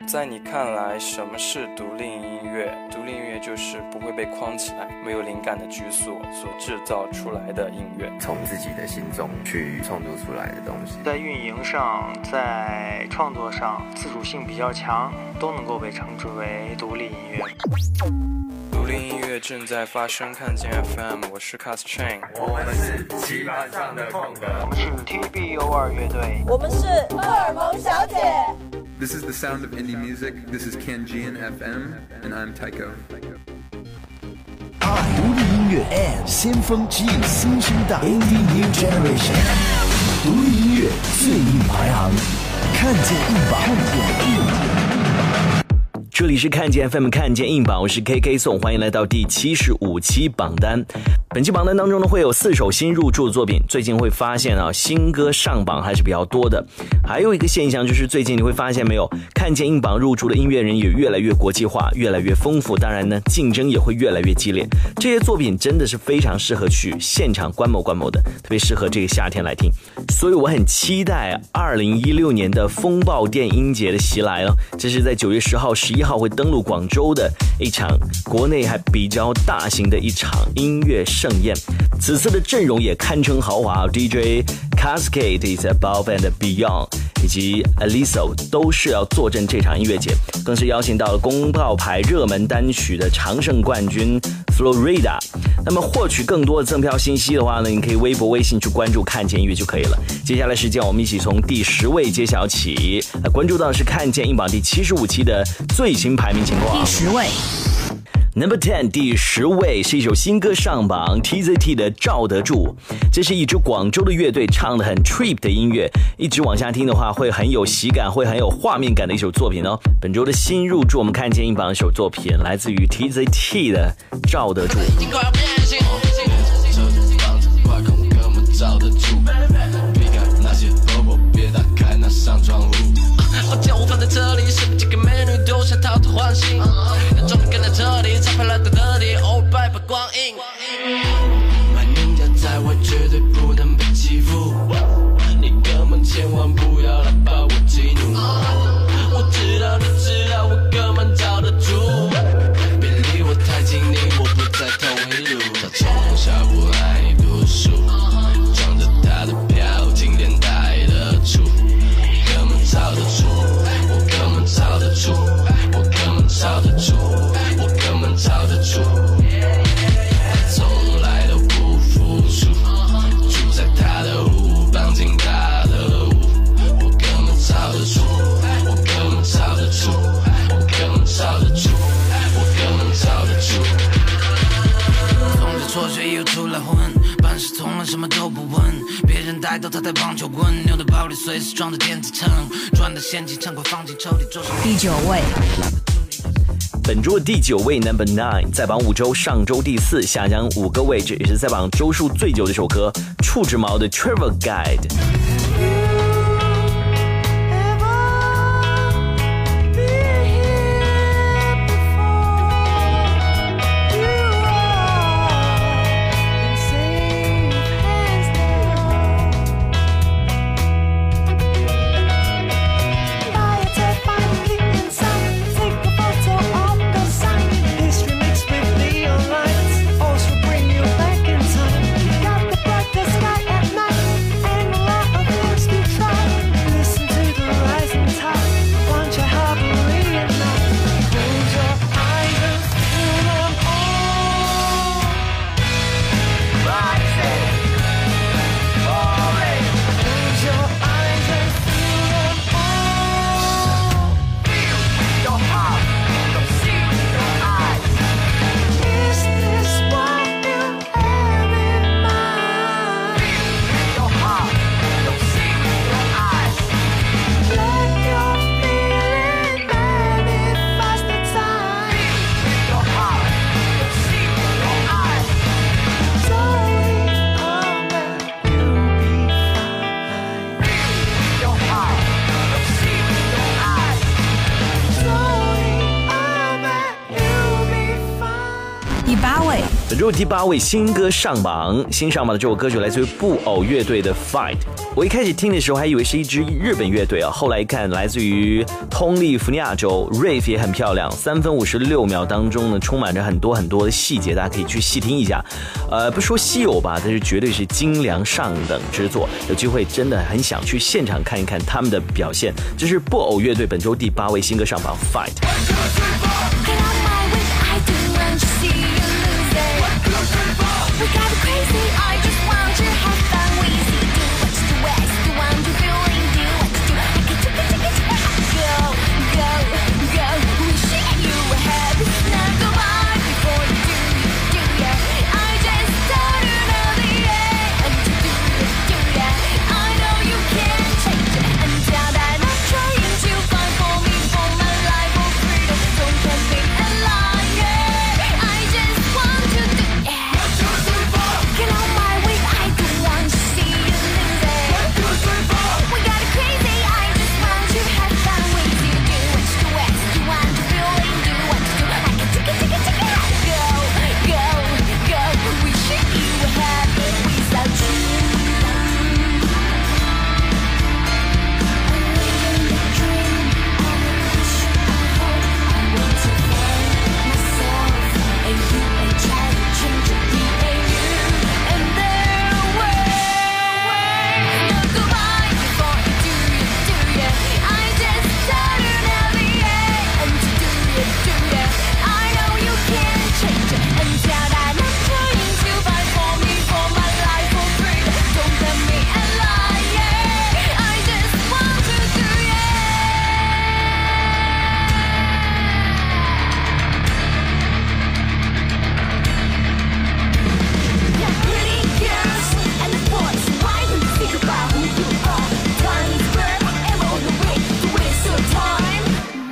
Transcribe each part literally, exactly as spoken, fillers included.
在你看来，什么是独立音乐？独立音乐就是不会被框起来，没有灵感的拘束所制造出来的音乐， 从自己的心中去创作出来的东西。 在运营上，在创作上，自主性比较强，都能够被称之为独立音乐。 独立音乐正在发生，看见 F M， 我是 Cast Chain， 我们是棋盘上的空格， 我们是 T B O 二乐队， 我们是荷尔蒙小姐。 This is the sound of indie music. This is Kanjian F M, and I'm Tycho. 独立音乐 and 先锋指引新生代 Indie New Generation。独立音乐最硬排行，看见硬榜，看见硬榜。 这里是看见 F M 看见硬榜，我是 K K 宋，欢迎来到第七十五期榜单。本期榜单当中呢，会有四首新入驻的作品。最近会发现啊，新歌上榜还是比较多的。还有一个现象就是，最近你会发现没有，看见硬榜入驻的音乐人也越来越国际化，越来越丰富。当然呢，竞争也会越来越激烈。这些作品真的是非常适合去现场观摩观摩的，特别适合这个夏天来听。所以我很期待二零一六年的风暴电音节的袭来了。这是在九月十号、十一号会登陆广州的一场国内还比较大型的一场音乐盛宴。此次的阵容也堪称豪华 ，D J Cascade is Above and Beyond 以及 Aliso 都是要坐镇这场音乐节，更是邀请到了公告牌热门单曲的常胜冠军 Florida。那么获取更多的赠票信息的话呢，你可以微博、微信去关注看见音乐就可以了。接下来时间我们一起从第十位揭晓起，来关注到的是看见硬榜第七十五期的最新排名情况。 第十位。 Number ten 第十位是一首新歌上榜 T Z T 的罩得住，这是一支广州的乐队唱得很 trip 的音乐，一直往下听的话会很有喜感，会很有画面感的一首作品哦。本周的新入驻我们看见硬榜的一首作品来自于 T Z T 的罩得住。罩得住，避开那些婆婆，别打开那扇窗户。我叫我放在这里，是不是几个美女都想讨得欢心？要装跟在这里，才配来的得体，偶尔拜把光阴。买人家在外绝对不能被欺负，你哥们千万不要来把我激怒。我知道你知道我哥们罩得住，别离我太近，你我不在同一路。他从小不爱读书，装着他的票，今天带得出。哥们罩得住，我哥们罩得住，我哥们罩得住，我哥们罩得住。从来都不服输，住在他的屋，绑进他的屋。我哥们罩得住，我哥们罩得住，我哥们罩得住，我哥们罩得住。从这辍学又出来混，办事从来什么都不问，别人带到他带棒球棍，牛的包里随时装着电子秤，赚的现金仓库放进抽屉桌上。 第九位。 本周的第九位 Number Nine 在榜五周，上周第四，下降五个位置，也是在榜周数最久的一首歌，触指毛的 Travel Guide。 本周第八位新歌上榜，新上榜的这首歌曲来自于布偶乐队的 Fight。 我一开始听的时候还以为是一支日本乐队啊，后来一看来自于通利福尼亚州 Riff 也很漂亮，三分五十六秒当中呢充满着很多很多的细节，大家可以去细听一下。呃，不说稀有吧，但是绝对是精良上等之作，有机会真的很想去现场看一看他们的表现。这是布偶乐队本周第八位新歌上榜 Fight。 We got crazy, I just want to have fun with you. Do what you do, what you want to feeling, do what you do. I can take it, take it, take it. Go, go, go. Wishing you were happy. Now go by before you do, do ya. I just started out the end. And to do, do ya. I know you can't change it. And tell that I'm trying to find for me, for my life, for freedom. Don't tempt me and lie, yeah. I just want to do, yeah. Get on my way, I don't want to see you lose it. One, two, three, four. We got it crazy, I just want to have fun with you. Do what you do, what you want to feeling, do what you do. I can take it, take it, take it. Go, go, go. Wishing you were happy without you. I'm living the dream. I wish, I hope, I want to find myself and you and try to change it. Me and you. And there away. Now go by before you do it, do ya. I just started out the end. And to do it, do ya. I know you can't change it. And tell that I'm trying to fight for me, for my life, for freedom. Don't tell me and lie, yeah. I just want to do it. Yeah, pretty girls and the boys, why don't you think about who you are? Time is worth and all the way to waste your time.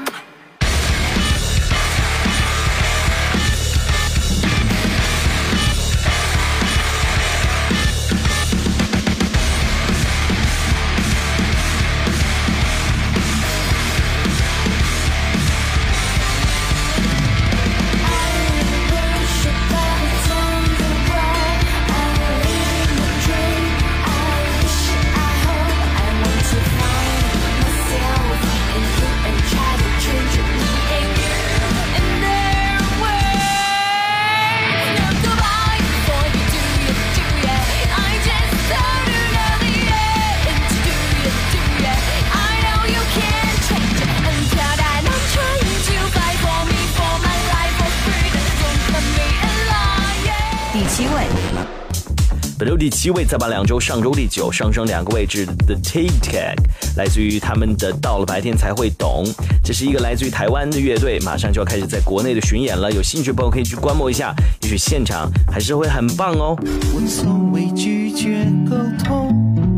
Anyway. 本周第七位再把两周上周第九上升两个位置的 TikTok 来自于他们的到了白天才会懂，这是一个来自于台湾的乐队，马上就要开始在国内的巡演了，有兴趣的朋友可以去观摩一下，也许现场还是会很棒哦。 我从未拒绝沟通，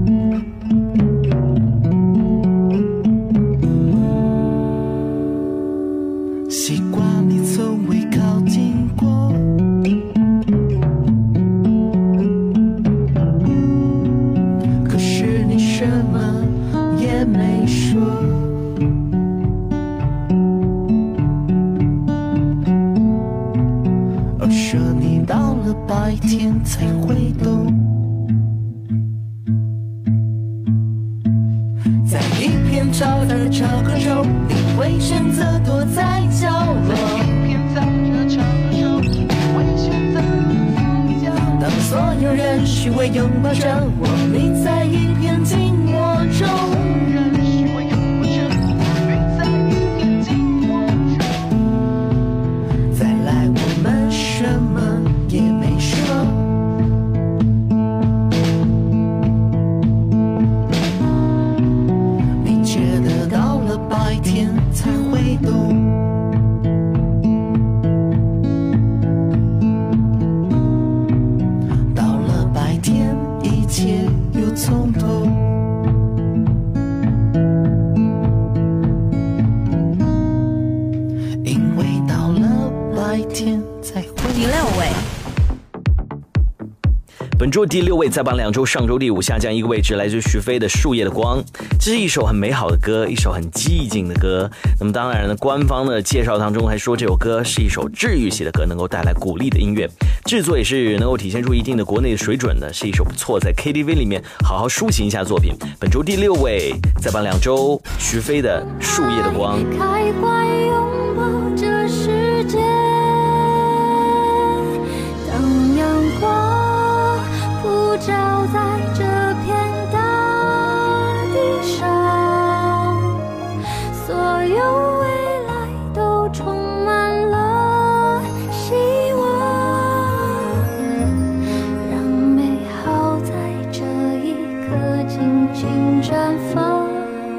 习惯你从未靠近过，可是你什么也没说，而说你到了白天才会懂，在一片嘈杂的场合中，你会选择躲在角落。当所有人虚伪拥抱着我，你在一片静默中。再来，我们什么也没说。你觉得到了白天才会懂，到了白天一切又从头。因为到了白天才会。 第六位。 本周第六位在榜两周，上周第五下降一个位置，来自徐飞的《树叶的光》。这是一首很美好的歌，一首很寂静的歌。那么当然呢，官方的介绍当中还说这首歌是一首治愈系的歌，能够带来鼓励的音乐，制作也是能够体现出一定的国内的水准的，是一首不错在 K T V 里面好好抒情一下作品。本周第六位在榜两周，徐飞的《树叶的光》。 开怀拥抱这世界，当阳光普照在这片大地上，所有未来都充满了希望，让美好在这一刻尽情绽放，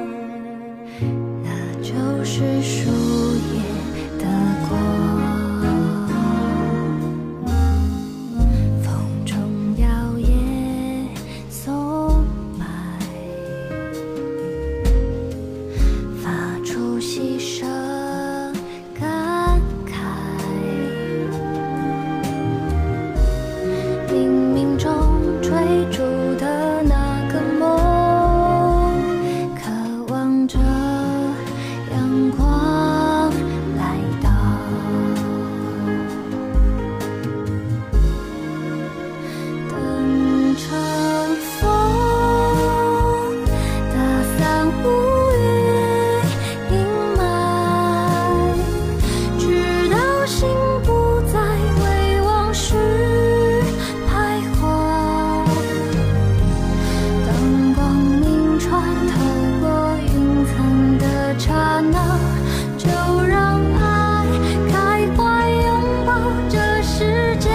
那就是树叶的光。风中摇曳松柏，发出细声感慨，冥冥中追逐的那个梦，渴望着阳光来到，等乘风打散乌云阴霾，直到心不再为往事徘徊。当光明穿透过云层的刹那，就让爱开怀拥抱这世界。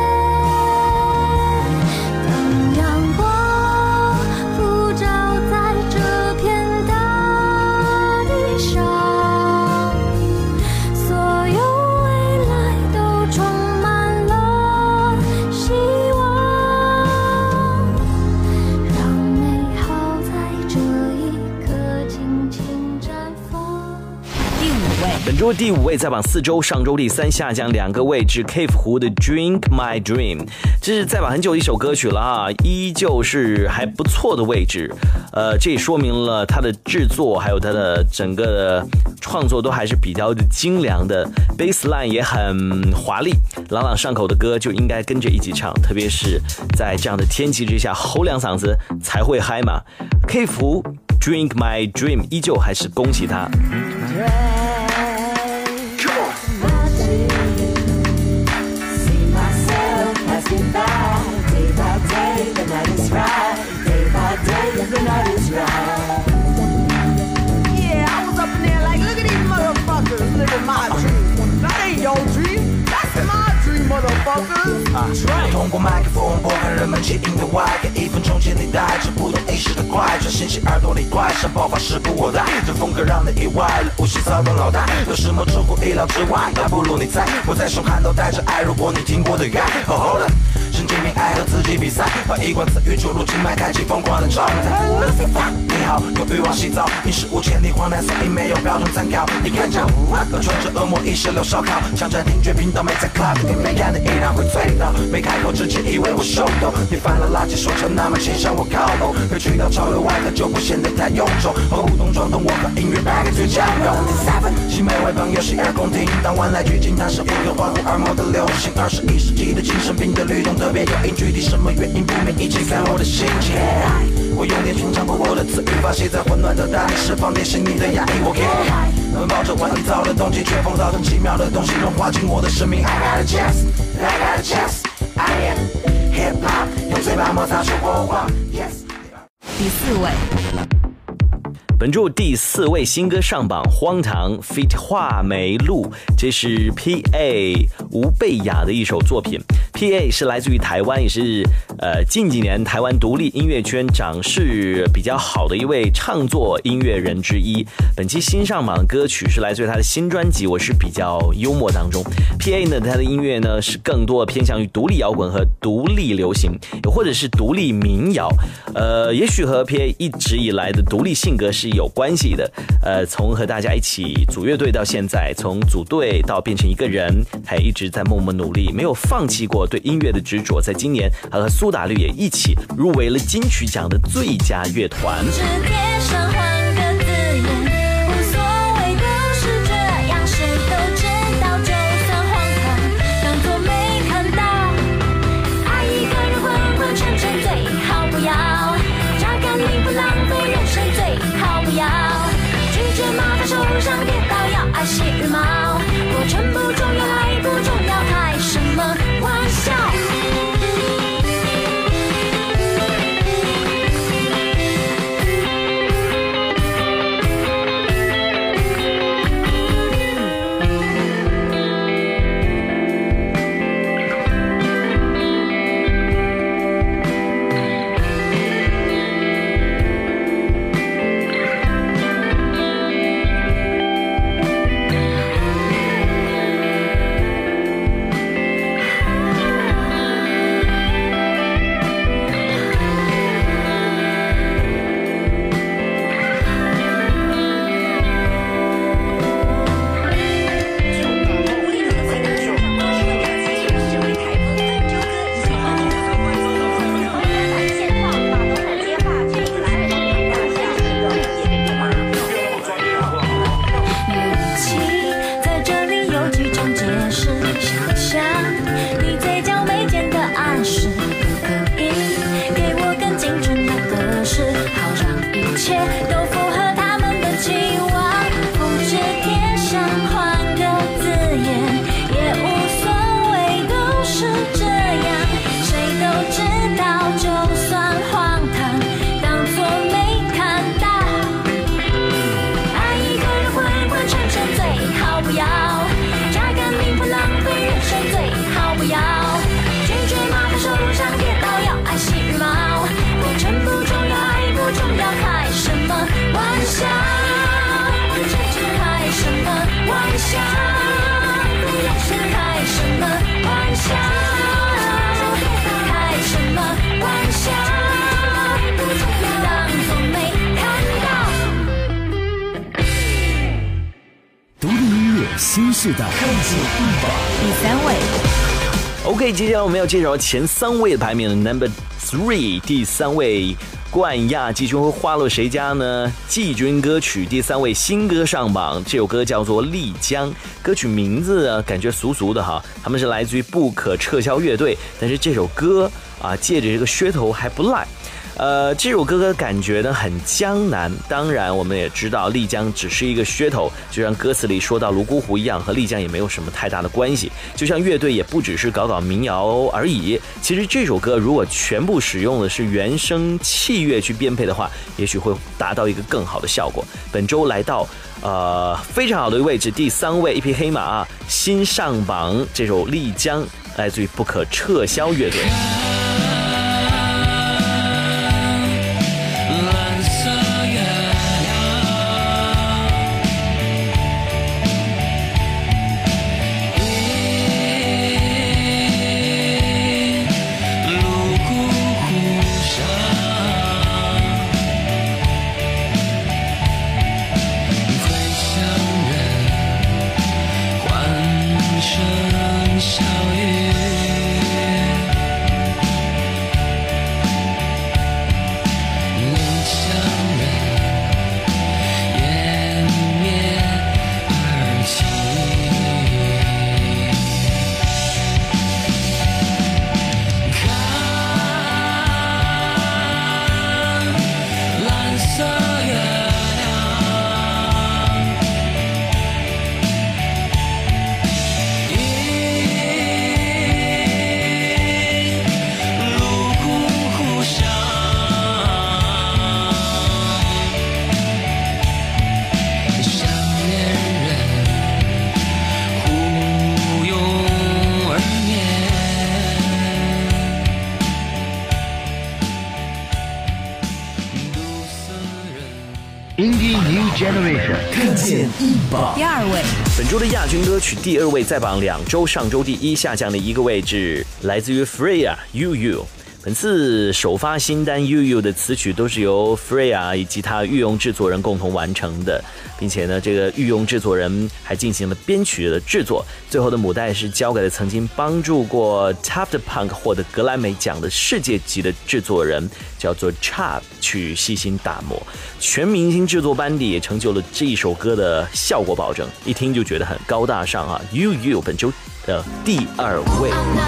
当阳光普照在这片大地上，所有未来都充满了希望，让美好在这一刻尽情绽放。 第五位， 本周第五位在榜四周，上周第三下降两个位置 ，Cave 湖的 Drink My Dream， 这是在榜很久的一首歌曲了啊，依旧是还不错的位置。呃，这也说明了它的制作还有它的整个创作都还是比较的精良的 ，bassline 也很华丽，朗朗上口的歌就应该跟着一起唱，特别是在这样的天气之下，吼两嗓子才会嗨嘛。Cave 湖 Drink My Dream 依旧还是恭喜他。 Yeah, I was up in there like, look at these motherfuckers living my dream. That ain't your dream, that's my dream, motherfuckers. 通过麦克风拨开人们记忆的外，给一分钟前你带着不同意识的快，传信息耳朵里怪，像爆发时不我在，这风格让你意外了，无心操纵脑袋，有什么出乎意料之外？那不如你猜，我在手汗都带着爱，如果你听过的爱，哦吼了。神经病爱和自己比赛，把一罐词语注入静脉，开启疯狂的状态。你好，有欲望洗澡，你是无千里荒诞，所以没有标准参考。你看着我，穿着恶魔一些流烧烤，抢占听觉频道没在 club， 你没看的依然会醉倒。没开口之前以为我手抖，你犯了垃圾说成那么轻向我靠拢，会去到潮流外的就不显得太臃肿。互动撞动我和音乐带给最强勇。新美味朋友洗耳恭听，当晚来聚精它是一个欢呼耳膜的流行，二十一世纪的精神病的律动。特别有因，具体什么原因不明，一起看我的心情。我用点平常不过的词语发泄在混乱的大地，释放点心里的压抑。我 care， 能抱着玩造的动机，却风造成奇妙的东西，融化进我的生命。I got a chance, I got a chance, I am hip hop， 用嘴巴摩擦出火花。Yes。 第四位。 本周第四位新歌上榜，荒唐 feat 画眉鹿，这是 P A 吴贝雅的一首作品。P A 是来自于台湾，也是呃近几年台湾独立音乐圈长势比较好的一位唱作音乐人之一。本期新上榜的歌曲是来自于他的新专辑《我是比较幽默》当中。P A 呢，他的音乐呢是更多偏向于独立摇滚和独立流行，又或者是独立民谣。呃，也许和 P A 一直以来的独立性格是有关系的。呃，从和大家一起组乐队到现在，从组队到变成一个人，还一直在默默努力，没有放弃过对音乐的执着。在今年，还和苏打打绿也一起入围了金曲奖的最佳乐团。 是天上换个字眼，无所谓的是这样，谁都知道，就算荒唐，当作没看到。爱一个人昏昏沉沉，最好不要榨干命不浪费人生，最好不要拒绝麻烦，受伤跌倒，要爱惜羽毛。过程不重要，来不重要，开什么玩笑？ 新时代看见一把第三位。 OK， 接下来我们要介绍前三位的排名 ，Number Three， 第三位。冠亚季军会花落谁家呢？季军歌曲第三位新歌上榜，这首歌叫做《丽江》，歌曲名字啊感觉俗俗的哈，他们是来自于不可撤销乐队，但是这首歌啊借着这个噱头还不赖。呃，这首歌的感觉呢很江南，当然我们也知道丽江只是一个噱头，就像歌词里说到泸沽湖一样，和丽江也没有什么太大的关系。就像乐队也不只是搞搞民谣而已。其实这首歌如果全部使用的是原声器乐去编配的话，也许会达到一个更好的效果。本周来到呃非常好的位置，第三位一匹黑马啊，新上榜这首丽江来自于不可撤销乐队。 Indie New Generation 看见一把。 第二位， 本周的亚军歌曲第二位在榜两周，上周第一下降的一个位置，来自于 Freya You You。 本次首发新单 You You 的词曲都是由 Freya 以及他御用制作人共同完成的，并且呢，这个御用制作人还进行了编曲的制作。最后的母带是交给了曾经帮助过 Daft Punk 获得格莱美奖的世界级的制作人，叫做 Chub 去细心打磨。全明星制作班底也成就了这一首歌的效果保证，一听就觉得很高大上啊 ！You You 本周的第二位。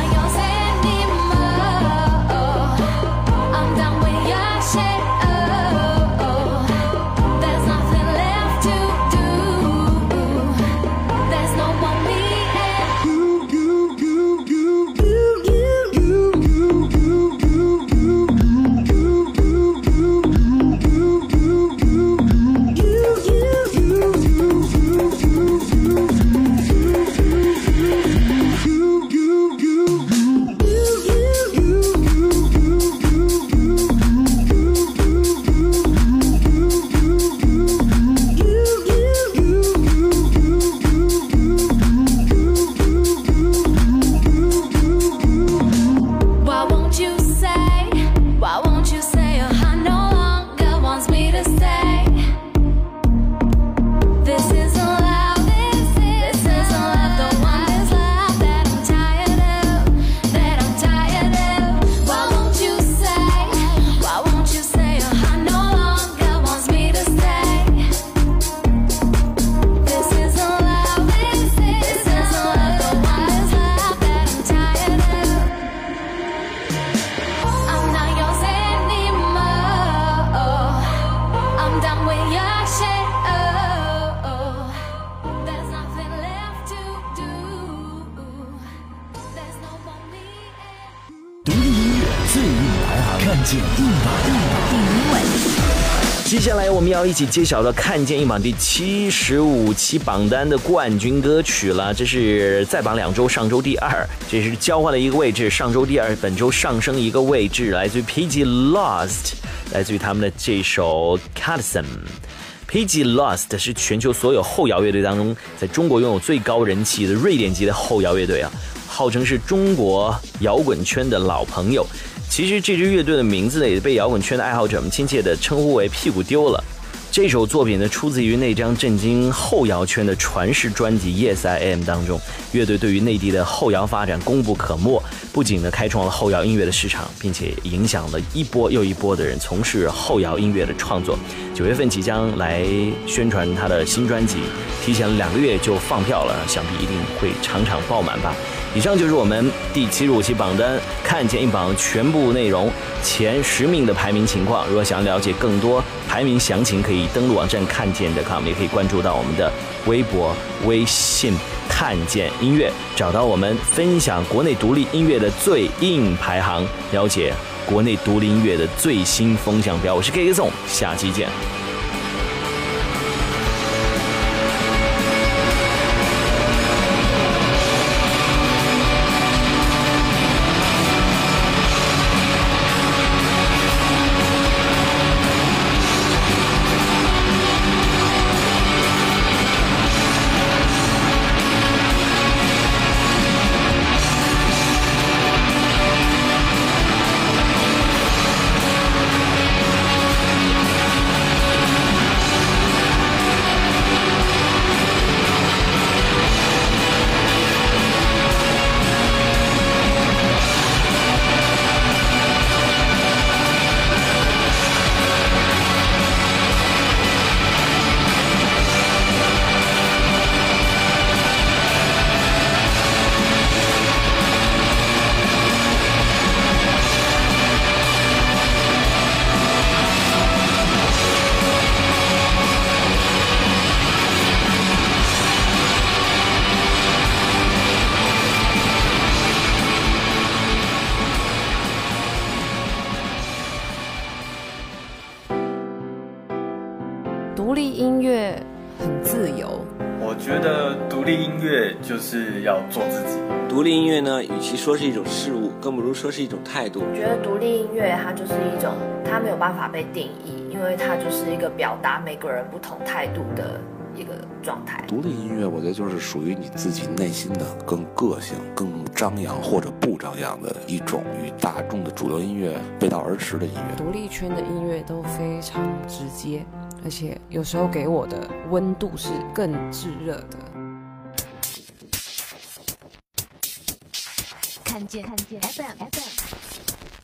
接下来我们要一起揭晓到看见硬榜第七十五期榜单的冠军歌曲了，这是再榜两周，上周第二，这是交换了一个位置，上周第二，本周上升一个位置，来自于 Peggy Lost， 来自于他们的这首 Cadson。Peggy Lost 是全球所有后摇乐队当中在中国拥有最高人气的瑞典籍的后摇乐队啊，号称是中国摇滚圈的老朋友。其实这支乐队的名字呢，也被摇滚圈的爱好者们亲切地称呼为屁股丢了。这首作品呢，出自于那张震惊后摇圈的传世专辑 Yes I Am 当中。乐队对于内地的后摇发展功不可没，不仅呢开创了后摇音乐的市场，并且影响了一波又一波的人从事后摇音乐的创作。九月份即将来宣传他的新专辑，提前了两个月就放票了，想必一定会场场爆满吧。以上就是我们第七十五期榜单看见硬榜全部内容，前十名的排名情况。如果想了解更多排名详情，可以登录网站看见 .com， 也可以关注到我们的微博、微信看见音乐，找到我们分享国内独立音乐的最硬排行，了解国内独立音乐的最新风向标。我是 K K 宋，下期见。 独立音乐很自由。 我觉得独立音乐就是要做自己。 独立音乐呢，与其说是一种事物，更不如说是一种态度。 我觉得独立音乐它就是一种，它没有办法被定义，因为它就是一个表达每个人不同态度的一个状态。 独立音乐我觉得就是属于你自己内心的更个性、更张扬或者不张扬的一种与大众的主流音乐背道而驰的音乐。 独立圈的音乐都非常直接，而且有时候给我的温度是更炙热的。 看见看见 F M F M。